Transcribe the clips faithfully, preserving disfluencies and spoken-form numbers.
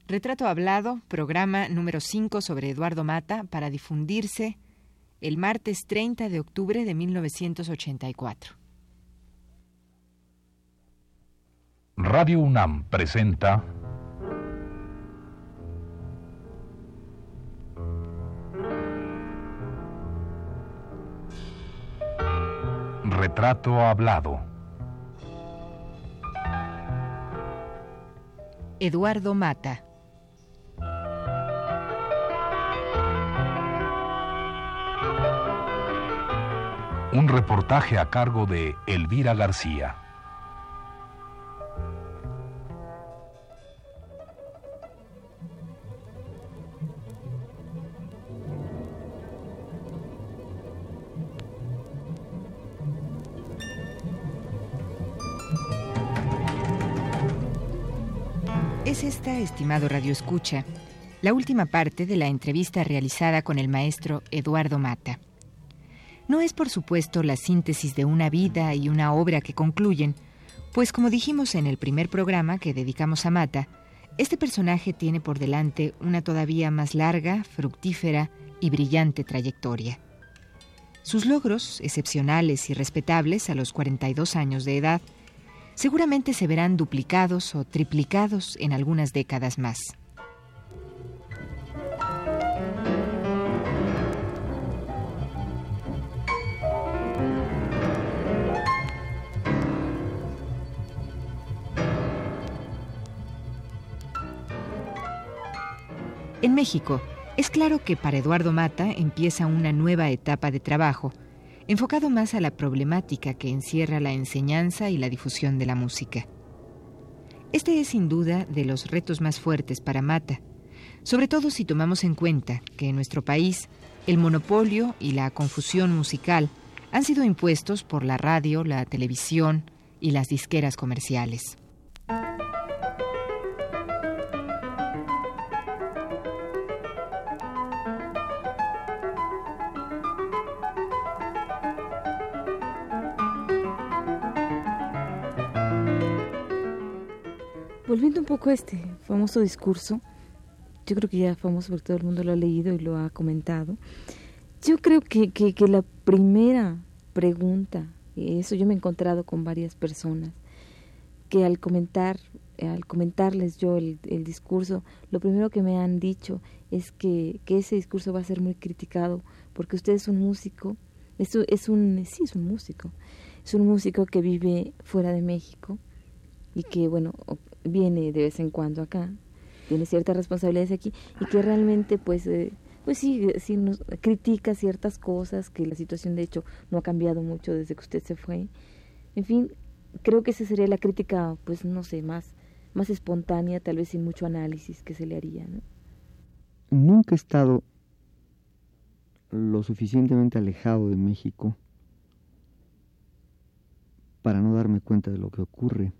Retrato Hablado, programa número cinco sobre Eduardo Mata, para difundirse el martes treinta de octubre de mil novecientos ochenta y cuatro. Radio UNAM presenta Retrato Hablado. Eduardo Mata. Un reportaje a cargo de Elvira García. Es esta, estimado radioescucha, la última parte de la entrevista realizada con el maestro Eduardo Mata. No es, por supuesto, la síntesis de una vida y una obra que concluyen, pues como dijimos en el primer programa que dedicamos a Mata, este personaje tiene por delante una todavía más larga, fructífera y brillante trayectoria. Sus logros, excepcionales y respetables a los cuarenta y dos años de edad, seguramente se verán duplicados o triplicados en algunas décadas más. En México, es claro que para Eduardo Mata empieza una nueva etapa de trabajo, enfocado más a la problemática que encierra la enseñanza y la difusión de la música. Este es sin duda de los retos más fuertes para Mata, sobre todo si tomamos en cuenta que en nuestro país el monopolio y la confusión musical han sido impuestos por la radio, la televisión y las disqueras comerciales. Volviendo un poco a este famoso discurso, yo creo que ya famoso porque todo el mundo lo ha leído y lo ha comentado. Yo creo que, que, que la primera pregunta, y eso yo me he encontrado con varias personas, que al comentar, al comentarles yo el, el discurso, lo primero que me han dicho es que, que ese discurso va a ser muy criticado, porque usted es un músico, es, es un, sí es un músico, es un músico que vive fuera de México y que, bueno, viene de vez en cuando acá, tiene ciertas responsabilidades aquí y que realmente pues eh, pues sí, sí nos critica ciertas cosas, que la situación de hecho no ha cambiado mucho desde que usted se fue. En fin, creo que esa sería la crítica, pues no sé, más más espontánea, tal vez sin mucho análisis que se le haría, ¿no? Nunca he estado lo suficientemente alejado de México para no darme cuenta de lo que ocurre,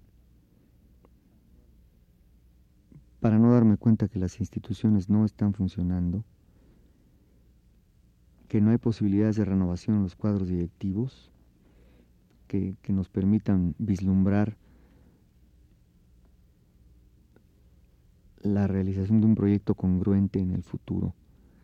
para no darme cuenta que las instituciones no están funcionando, que no hay posibilidades de renovación en los cuadros directivos, que, que nos permitan vislumbrar la realización de un proyecto congruente en el futuro.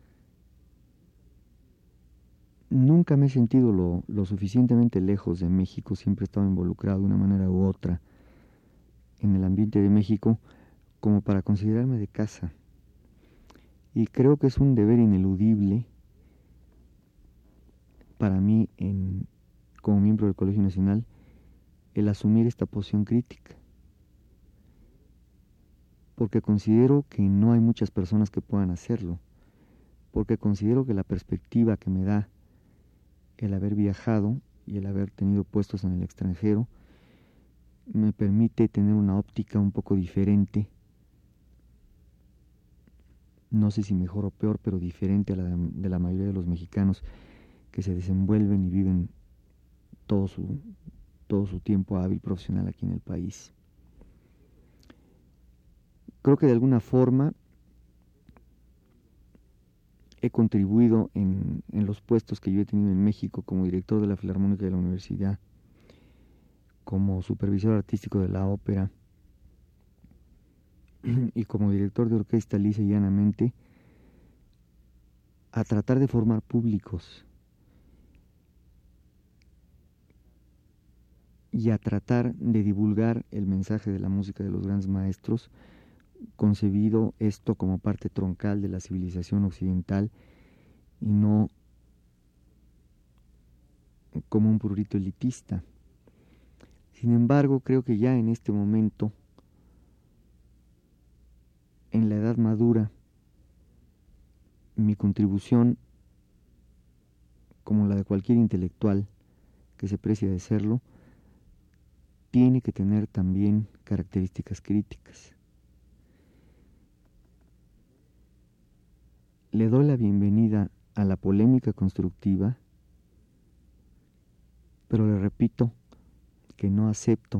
Nunca me he sentido lo, lo suficientemente lejos de México, siempre he estado involucrado de una manera u otra en el ambiente de México, como para considerarme de casa. Y creo que es un deber ineludible para mí, en, como miembro del Colegio Nacional, el asumir esta posición crítica. Porque considero que no hay muchas personas que puedan hacerlo. Porque considero que la perspectiva que me da el haber viajado y el haber tenido puestos en el extranjero me permite tener una óptica un poco diferente, no sé si mejor o peor, pero diferente a la de, de la mayoría de los mexicanos que se desenvuelven y viven todo su, todo su tiempo hábil profesional aquí en el país. Creo que de alguna forma he contribuido en, en los puestos que yo he tenido en México como director de la Filarmónica de la Universidad, como supervisor artístico de la ópera, y como director de orquesta lisa y llanamente a tratar de formar públicos y a tratar de divulgar el mensaje de la música de los grandes maestros, concebido esto como parte troncal de la civilización occidental y no como un prurito elitista. Sin embargo, creo que ya en este momento, en la edad madura, mi contribución, como la de cualquier intelectual que se precia de serlo, tiene que tener también características críticas. Le doy la bienvenida a la polémica constructiva, pero le repito que no acepto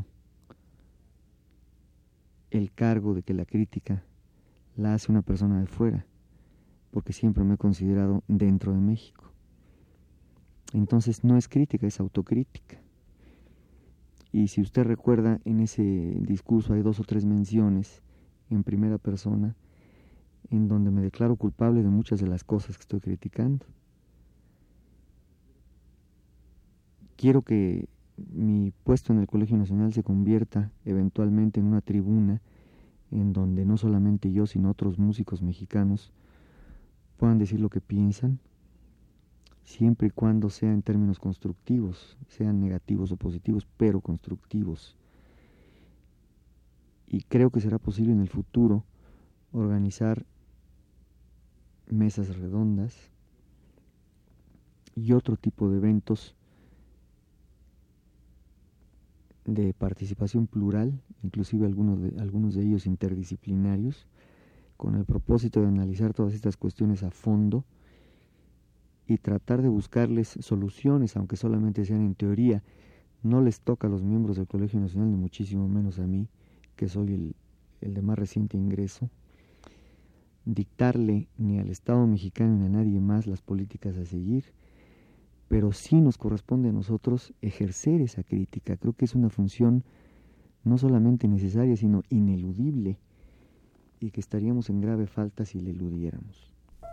el cargo de que la crítica la hace una persona de fuera, porque siempre me he considerado dentro de México. Entonces no es crítica, es autocrítica. Y si usted recuerda, en ese discurso hay dos o tres menciones en primera persona en donde me declaro culpable de muchas de las cosas que estoy criticando. Quiero que mi puesto en el Colegio Nacional se convierta eventualmente en una tribuna en donde no solamente yo, sino otros músicos mexicanos puedan decir lo que piensan, siempre y cuando sea en términos constructivos, sean negativos o positivos, pero constructivos. Y creo que será posible en el futuro organizar mesas redondas y otro tipo de eventos de participación plural, inclusive algunos de, algunos de ellos interdisciplinarios, con el propósito de analizar todas estas cuestiones a fondo y tratar de buscarles soluciones, aunque solamente sean en teoría. No les toca a los miembros del Colegio Nacional, ni muchísimo menos a mí, que soy el, el de más reciente ingreso, dictarle ni al Estado mexicano ni a nadie más las políticas a seguir, pero sí nos corresponde a nosotros ejercer esa crítica. Creo que es una función no solamente necesaria, sino ineludible, y que estaríamos en grave falta si la eludiéramos.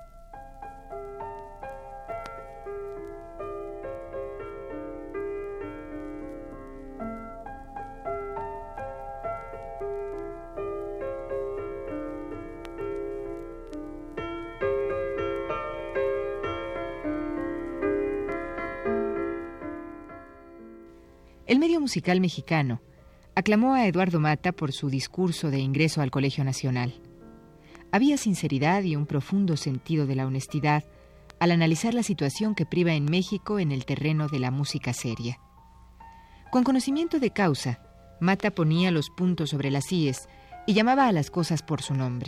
El medio musical mexicano aclamó a Eduardo Mata por su discurso de ingreso al Colegio Nacional. Había sinceridad y un profundo sentido de la honestidad al analizar la situación que priva en México en el terreno de la música seria. Con conocimiento de causa, Mata ponía los puntos sobre las íes y llamaba a las cosas por su nombre.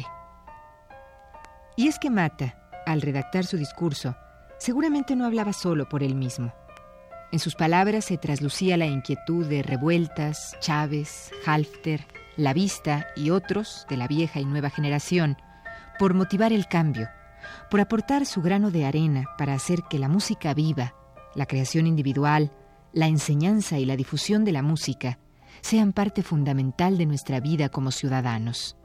Y es que Mata, al redactar su discurso, seguramente no hablaba solo por él mismo. En sus palabras se traslucía la inquietud de Revueltas, Chávez, Halfter, La Vista y otros de la vieja y nueva generación por motivar el cambio, por aportar su grano de arena para hacer que la música viva, la creación individual, la enseñanza y la difusión de la música sean parte fundamental de nuestra vida como ciudadanos.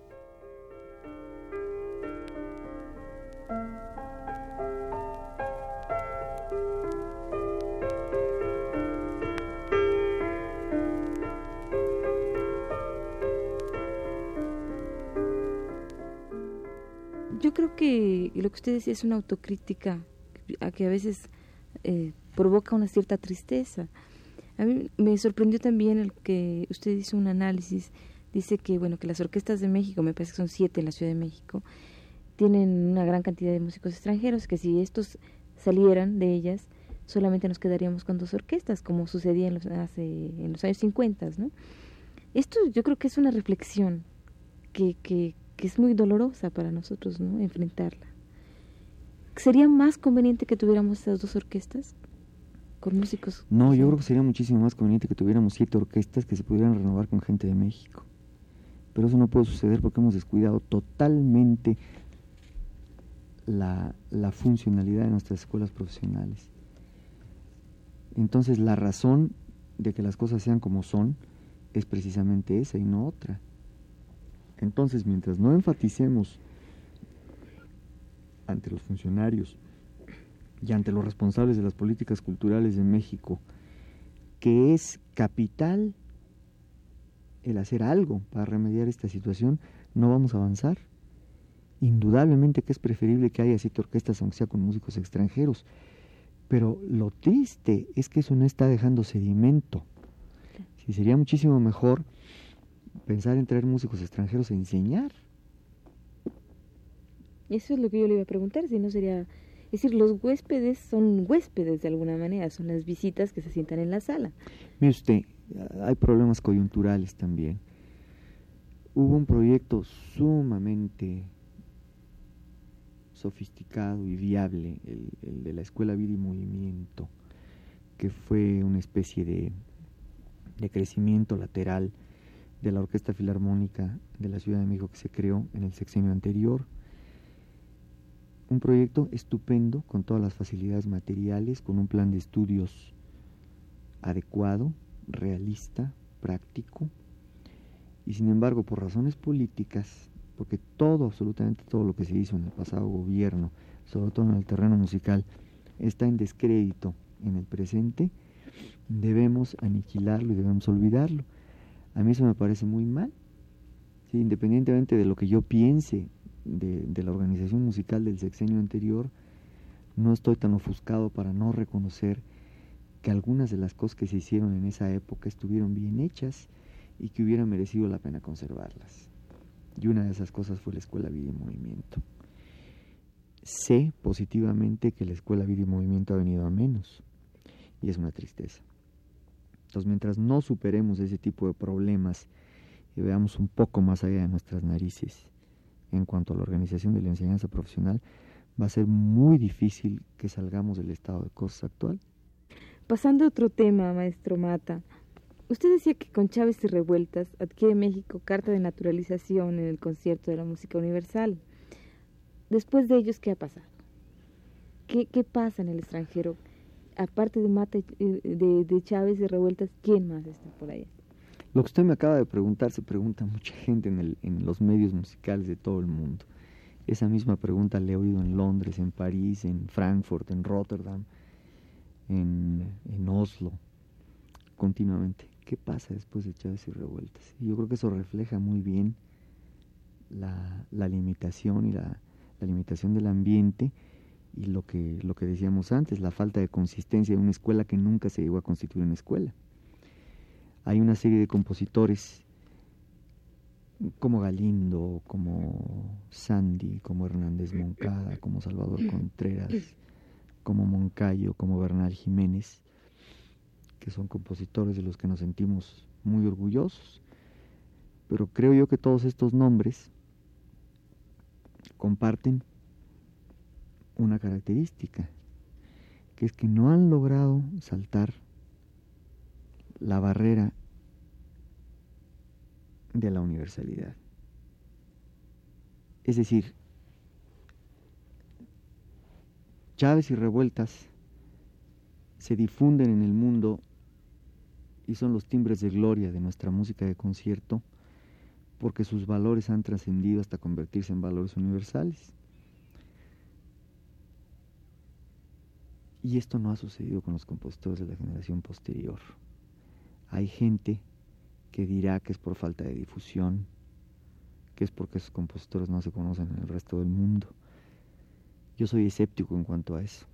Yo creo que lo que usted decía es una autocrítica a que a veces eh, provoca una cierta tristeza. A mí me sorprendió también el que usted hizo un análisis, dice que bueno que las orquestas de México, me parece que son siete en la Ciudad de México, tienen una gran cantidad de músicos extranjeros, que si estos salieran de ellas, solamente nos quedaríamos con dos orquestas, como sucedía en los, hace, en los años cincuenta, ¿no? Esto yo creo que es una reflexión que, que que es muy dolorosa para nosotros, ¿no?, enfrentarla. ¿Sería más conveniente que tuviéramos esas dos orquestas con músicos? No, yo creo que sería muchísimo más conveniente que tuviéramos siete orquestas que se pudieran renovar con gente de México. Pero eso no puede suceder porque hemos descuidado totalmente la, la funcionalidad de nuestras escuelas profesionales. Entonces la razón de que las cosas sean como son es precisamente esa y no otra. Entonces, mientras no enfaticemos ante los funcionarios y ante los responsables de las políticas culturales de México que es capital el hacer algo para remediar esta situación, no vamos a avanzar. Indudablemente que es preferible que haya siete orquestas, aunque sea con músicos extranjeros, pero lo triste es que eso no está dejando sedimento. Sí, sería muchísimo mejor pensar en traer músicos extranjeros a enseñar. Eso es lo que yo le iba a preguntar, si no sería... Es decir, los huéspedes son huéspedes de alguna manera, son las visitas que se sientan en la sala. Mire usted, hay problemas coyunturales también. Hubo un proyecto sumamente sofisticado y viable, el, el de la Escuela Vida y Movimiento, que fue una especie de, de crecimiento lateral de la Orquesta Filarmónica de la Ciudad de México que se creó en el sexenio anterior. Un proyecto estupendo, con todas las facilidades materiales, con un plan de estudios adecuado, realista, práctico, y sin embargo, por razones políticas, porque todo, absolutamente todo lo que se hizo en el pasado gobierno, sobre todo en el terreno musical, está en descrédito en el presente, debemos aniquilarlo y debemos olvidarlo. A mí eso me parece muy mal, ¿sí? Independientemente de lo que yo piense de, de la organización musical del sexenio anterior, no estoy tan ofuscado para no reconocer que algunas de las cosas que se hicieron en esa época estuvieron bien hechas y que hubiera merecido la pena conservarlas. Y una de esas cosas fue la Escuela Vida y Movimiento. Sé positivamente que la Escuela Vida y Movimiento ha venido a menos, y es una tristeza. Entonces, mientras no superemos ese tipo de problemas y veamos un poco más allá de nuestras narices en cuanto a la organización de la enseñanza profesional, va a ser muy difícil que salgamos del estado de cosas actual. Pasando a otro tema, maestro Mata, usted decía que con Chávez y Revueltas adquiere México carta de naturalización en el concierto de la música universal. Después de ellos, ¿qué ha pasado? ¿Qué, qué pasa en el extranjero? Aparte de Mata, de, de Chávez y Revueltas, ¿quién más está por allá? Lo que usted me acaba de preguntar se pregunta mucha gente en, el, en los medios musicales de todo el mundo. Esa misma pregunta la he oído en Londres, en París, en Frankfurt, en Rotterdam, en, en Oslo, continuamente. ¿Qué pasa después de Chávez y Revueltas? Y yo creo que eso refleja muy bien la, la limitación y la, la limitación del ambiente y lo que, lo que decíamos antes, la falta de consistencia de una escuela que nunca se llegó a constituir una escuela. Hay una serie de compositores como Galindo, como Sandy, como Hernández Moncada, como Salvador Contreras, como Moncayo, como Bernal Jiménez, que son compositores de los que nos sentimos muy orgullosos. Pero creo yo que todos estos nombres comparten una característica, que es que no han logrado saltar la barrera de la universalidad. Es decir, Chávez y Revueltas se difunden en el mundo y son los timbres de gloria de nuestra música de concierto porque sus valores han trascendido hasta convertirse en valores universales. Y esto no ha sucedido con los compositores de la generación posterior. Hay gente que dirá que es por falta de difusión, que es porque esos compositores no se conocen en el resto del mundo. Yo soy escéptico en cuanto a eso.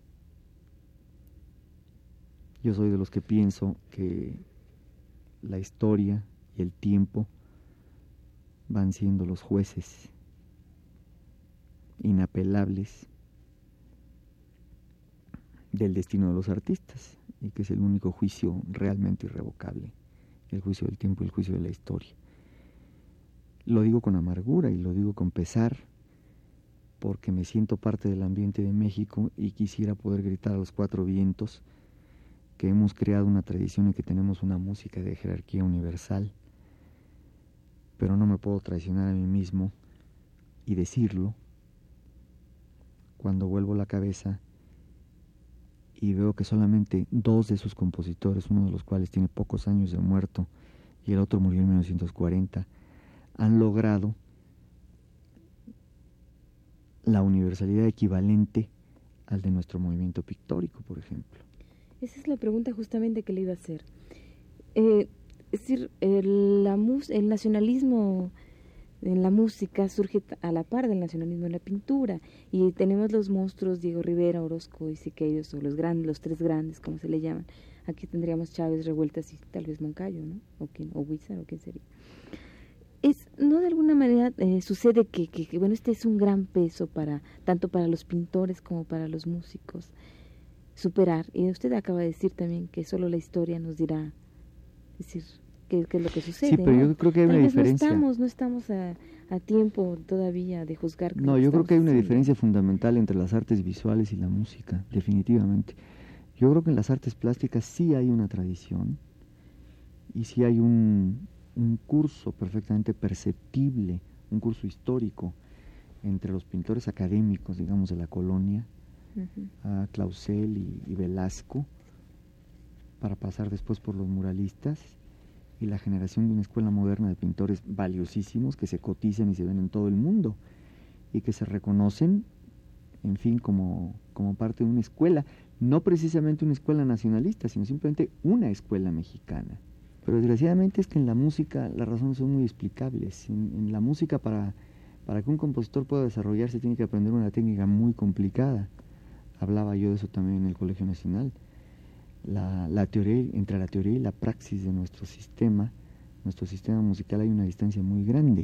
Yo soy de los que pienso que la historia y el tiempo van siendo los jueces inapelables del destino de los artistas y que es el único juicio realmente irrevocable, el juicio del tiempo y el juicio de la historia. Lo digo con amargura y lo digo con pesar porque me siento parte del ambiente de México y quisiera poder gritar a los cuatro vientos que hemos creado una tradición y que tenemos una música de jerarquía universal, pero no me puedo traicionar a mí mismo y decirlo cuando vuelvo la cabeza y veo que solamente dos de sus compositores, uno de los cuales tiene pocos años de muerto y el otro murió en mil novecientos cuarenta, han logrado la universalidad equivalente al de nuestro movimiento pictórico, por ejemplo. Esa es la pregunta justamente que le iba a hacer. Eh, es decir, el, la mus el nacionalismo en la música surge a la par del nacionalismo en la pintura, y tenemos los monstruos Diego Rivera, Orozco y Siqueiros, o los grandes, los tres grandes, como se le llaman. Aquí tendríamos Chávez, Revueltas y tal vez Moncayo, ¿no? O quién, o Huizar, o quién sería. Es, no de alguna manera eh, sucede que, que, que, bueno, este es un gran peso para, tanto para los pintores como para los músicos, superar. Y usted acaba de decir también que solo la historia nos dirá, es decir, qué, qué es lo que sucede. Sí, pero ¿no? yo creo que hay Tal una vez diferencia. No estamos, no estamos a, a tiempo todavía de juzgar. No, yo creo que hay una haciendo. diferencia fundamental entre las artes visuales y la música, definitivamente. Yo creo que en las artes plásticas sí hay una tradición y sí hay un, un curso perfectamente perceptible, un curso histórico entre los pintores académicos, digamos, de la colonia, uh-huh. a Clausel y, y Velasco, para pasar después por los muralistas y la generación de una escuela moderna de pintores valiosísimos que se cotizan y se ven en todo el mundo y que se reconocen, en fin, como, como parte de una escuela, no precisamente una escuela nacionalista, sino simplemente una escuela mexicana. Pero desgraciadamente es que en la música las razones son muy explicables. En, en la música, para, para que un compositor pueda desarrollarse, tiene que aprender una técnica muy complicada. Hablaba yo de eso también en el Colegio Nacional. La, la teoría, entre la teoría y la praxis de nuestro sistema, nuestro sistema musical, hay una distancia muy grande.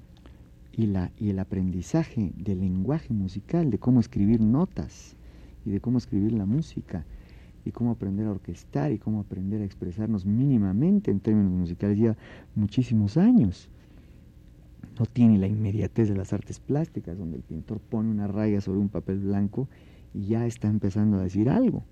Y, la, y el aprendizaje del lenguaje musical, de cómo escribir notas y de cómo escribir la música y cómo aprender a orquestar y cómo aprender a expresarnos mínimamente en términos musicales, ya muchísimos años. No tiene la inmediatez de las artes plásticas, donde el pintor pone una raya sobre un papel blanco y ya está empezando a decir algo.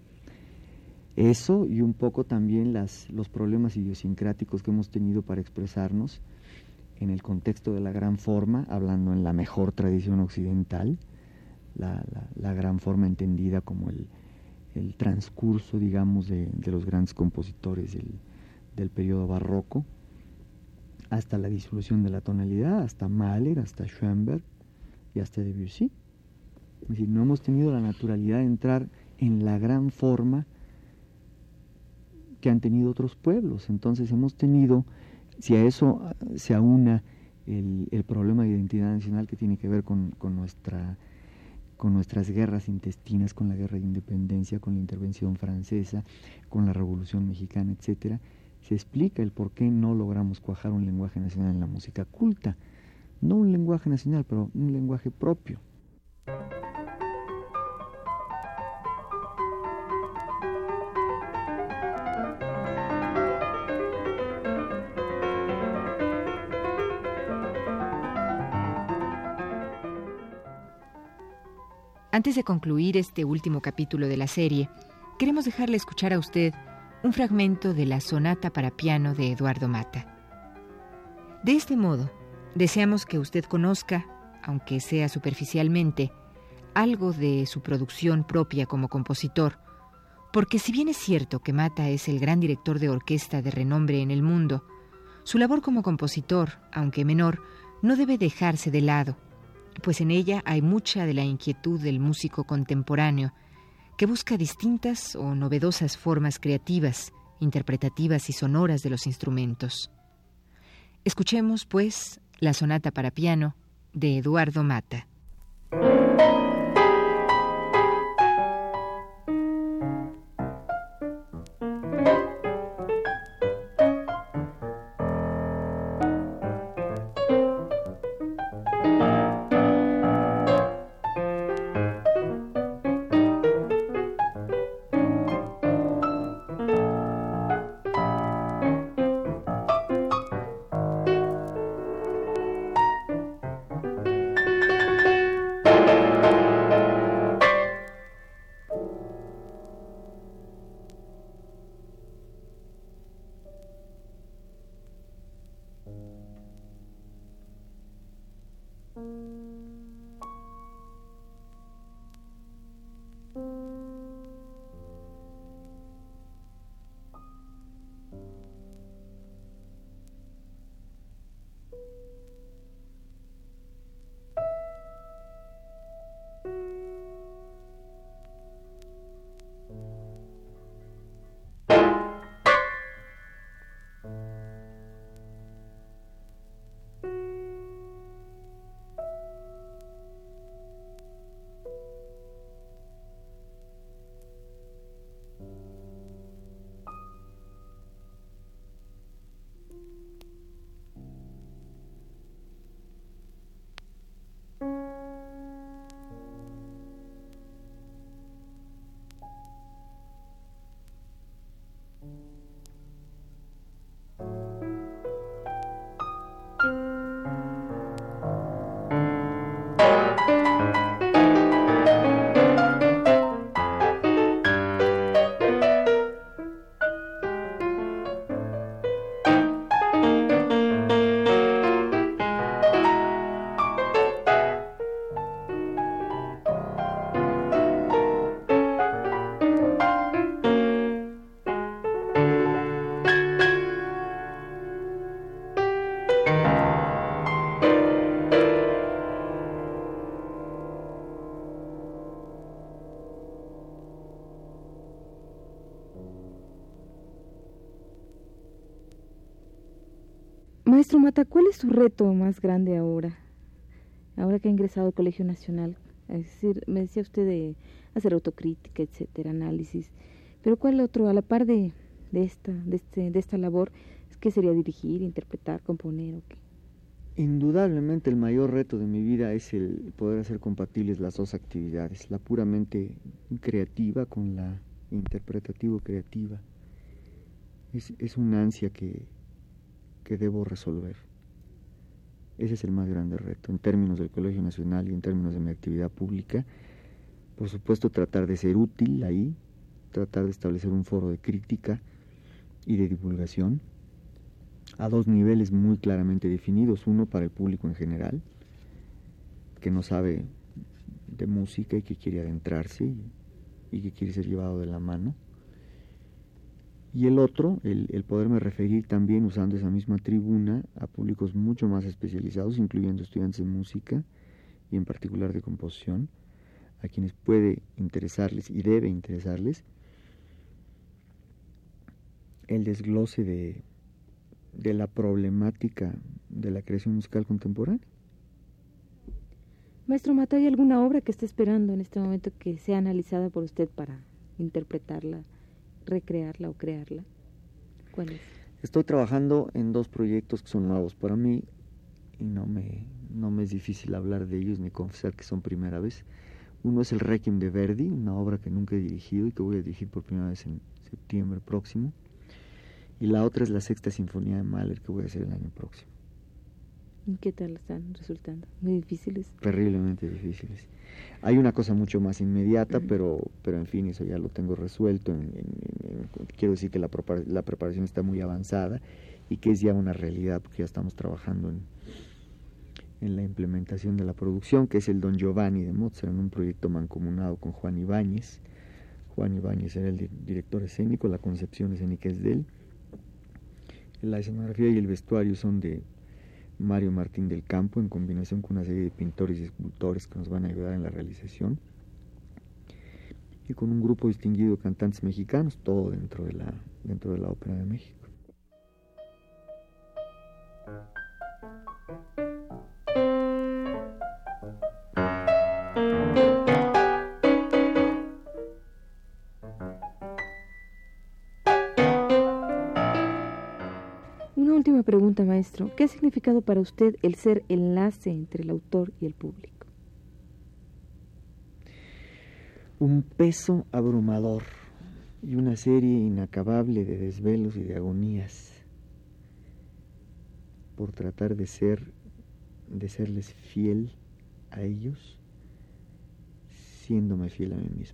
Eso y un poco también las, los problemas idiosincráticos que hemos tenido para expresarnos en el contexto de la gran forma, hablando en la mejor tradición occidental, la, la, la gran forma entendida como el, el transcurso, digamos, de, de los grandes compositores del, del periodo barroco, hasta la disolución de la tonalidad, hasta Mahler, hasta Schoenberg y hasta Debussy. Es decir, no hemos tenido la naturalidad de entrar en la gran forma que han tenido otros pueblos. Entonces hemos tenido, si a eso se aúna el, el problema de identidad nacional que tiene que ver con, con, nuestra, con nuestras guerras intestinas, con la guerra de independencia, con la intervención francesa, con la Revolución Mexicana, etcétera, se explica el por qué no logramos cuajar un lenguaje nacional en la música culta. No un lenguaje nacional, pero un lenguaje propio. Antes de concluir este último capítulo de la serie, queremos dejarle escuchar a usted un fragmento de la sonata para piano de Eduardo Mata. De este modo, deseamos que usted conozca, aunque sea superficialmente, algo de su producción propia como compositor, porque si bien es cierto que Mata es el gran director de orquesta de renombre en el mundo, su labor como compositor, aunque menor, no debe dejarse de lado, pues en ella hay mucha de la inquietud del músico contemporáneo, que busca distintas o novedosas formas creativas, interpretativas y sonoras de los instrumentos. Escuchemos, pues, la sonata para piano de Eduardo Mata. Maestro Mata, ¿cuál es su reto más grande ahora? Ahora que ha ingresado al Colegio Nacional. Es decir, me decía usted de hacer autocrítica, etcétera, análisis. Pero ¿cuál otro, a la par de, de, esta, de, este, de esta labor, qué sería dirigir, interpretar, componer o qué? Indudablemente el mayor reto de mi vida es el poder hacer compatibles las dos actividades, la puramente creativa con la interpretativo-creativa. Es, es una ansia que, que debo resolver. Ese es el más grande reto, en términos del Colegio Nacional y en términos de mi actividad pública. Por supuesto, tratar de ser útil ahí, tratar de establecer un foro de crítica y de divulgación, a dos niveles muy claramente definidos, uno para el público en general, que no sabe de música y que quiere adentrarse y, y que quiere ser llevado de la mano, y el otro, el, el poderme referir también usando esa misma tribuna a públicos mucho más especializados, incluyendo estudiantes de música y en particular de composición, a quienes puede interesarles y debe interesarles el desglose de de la problemática de la creación musical contemporánea. Maestro Mata, ¿hay alguna obra que esté esperando en este momento que sea analizada por usted para interpretarla, recrearla o crearla? ¿Cuál es? Estoy trabajando en dos proyectos que son nuevos para mí y no me, no me es difícil hablar de ellos ni confesar que son primera vez. Uno es el Requiem de Verdi, una obra que nunca he dirigido y que voy a dirigir por primera vez en septiembre próximo. Y la otra es la Sexta Sinfonía de Mahler, que voy a hacer el año próximo. ¿Y qué tal están resultando? ¿Muy difíciles? Terriblemente difíciles. Hay una cosa mucho más inmediata, uh-huh. pero, pero en fin, eso ya lo tengo resuelto. En, en, en, quiero decir que la, la preparación está muy avanzada y que es ya una realidad, porque ya estamos trabajando en, en la implementación de la producción, que es el Don Giovanni de Mozart, en un proyecto mancomunado con Juan Ibáñez. Juan Ibáñez era el director escénico, la concepción escénica es de él. La escenografía y el vestuario son de Mario Martín del Campo, en combinación con una serie de pintores y escultores que nos van a ayudar en la realización, y con un grupo distinguido de cantantes mexicanos, todo dentro de la, dentro de la Ópera de México. Última pregunta, maestro. ¿Qué ha significado para usted el ser enlace entre el autor y el público? Un peso abrumador y una serie inacabable de desvelos y de agonías por tratar de ser, de serles fiel a ellos, siéndome fiel a mí mismo.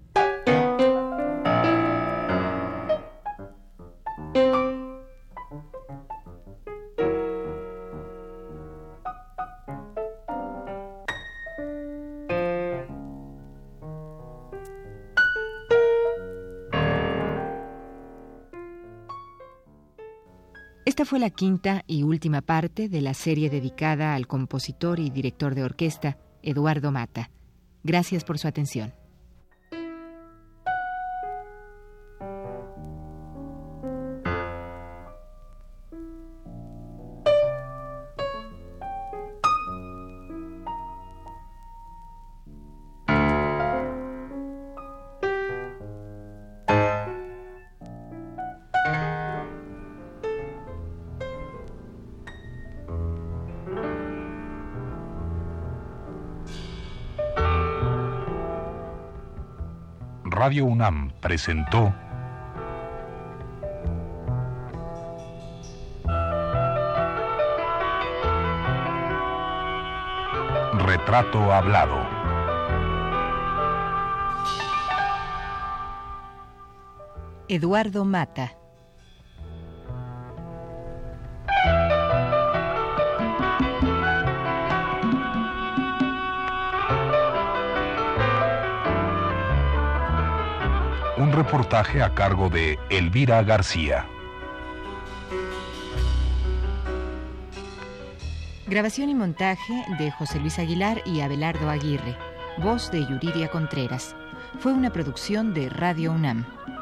Esta fue la quinta y última parte de la serie dedicada al compositor y director de orquesta Eduardo Mata. Gracias por su atención. Radio UNAM presentó Retrato Hablado. Eduardo Mata. Un reportaje a cargo de Elvira García. Grabación y montaje de José Luis Aguilar y Abelardo Aguirre. Voz de Yuridia Contreras. Fue una producción de Radio UNAM.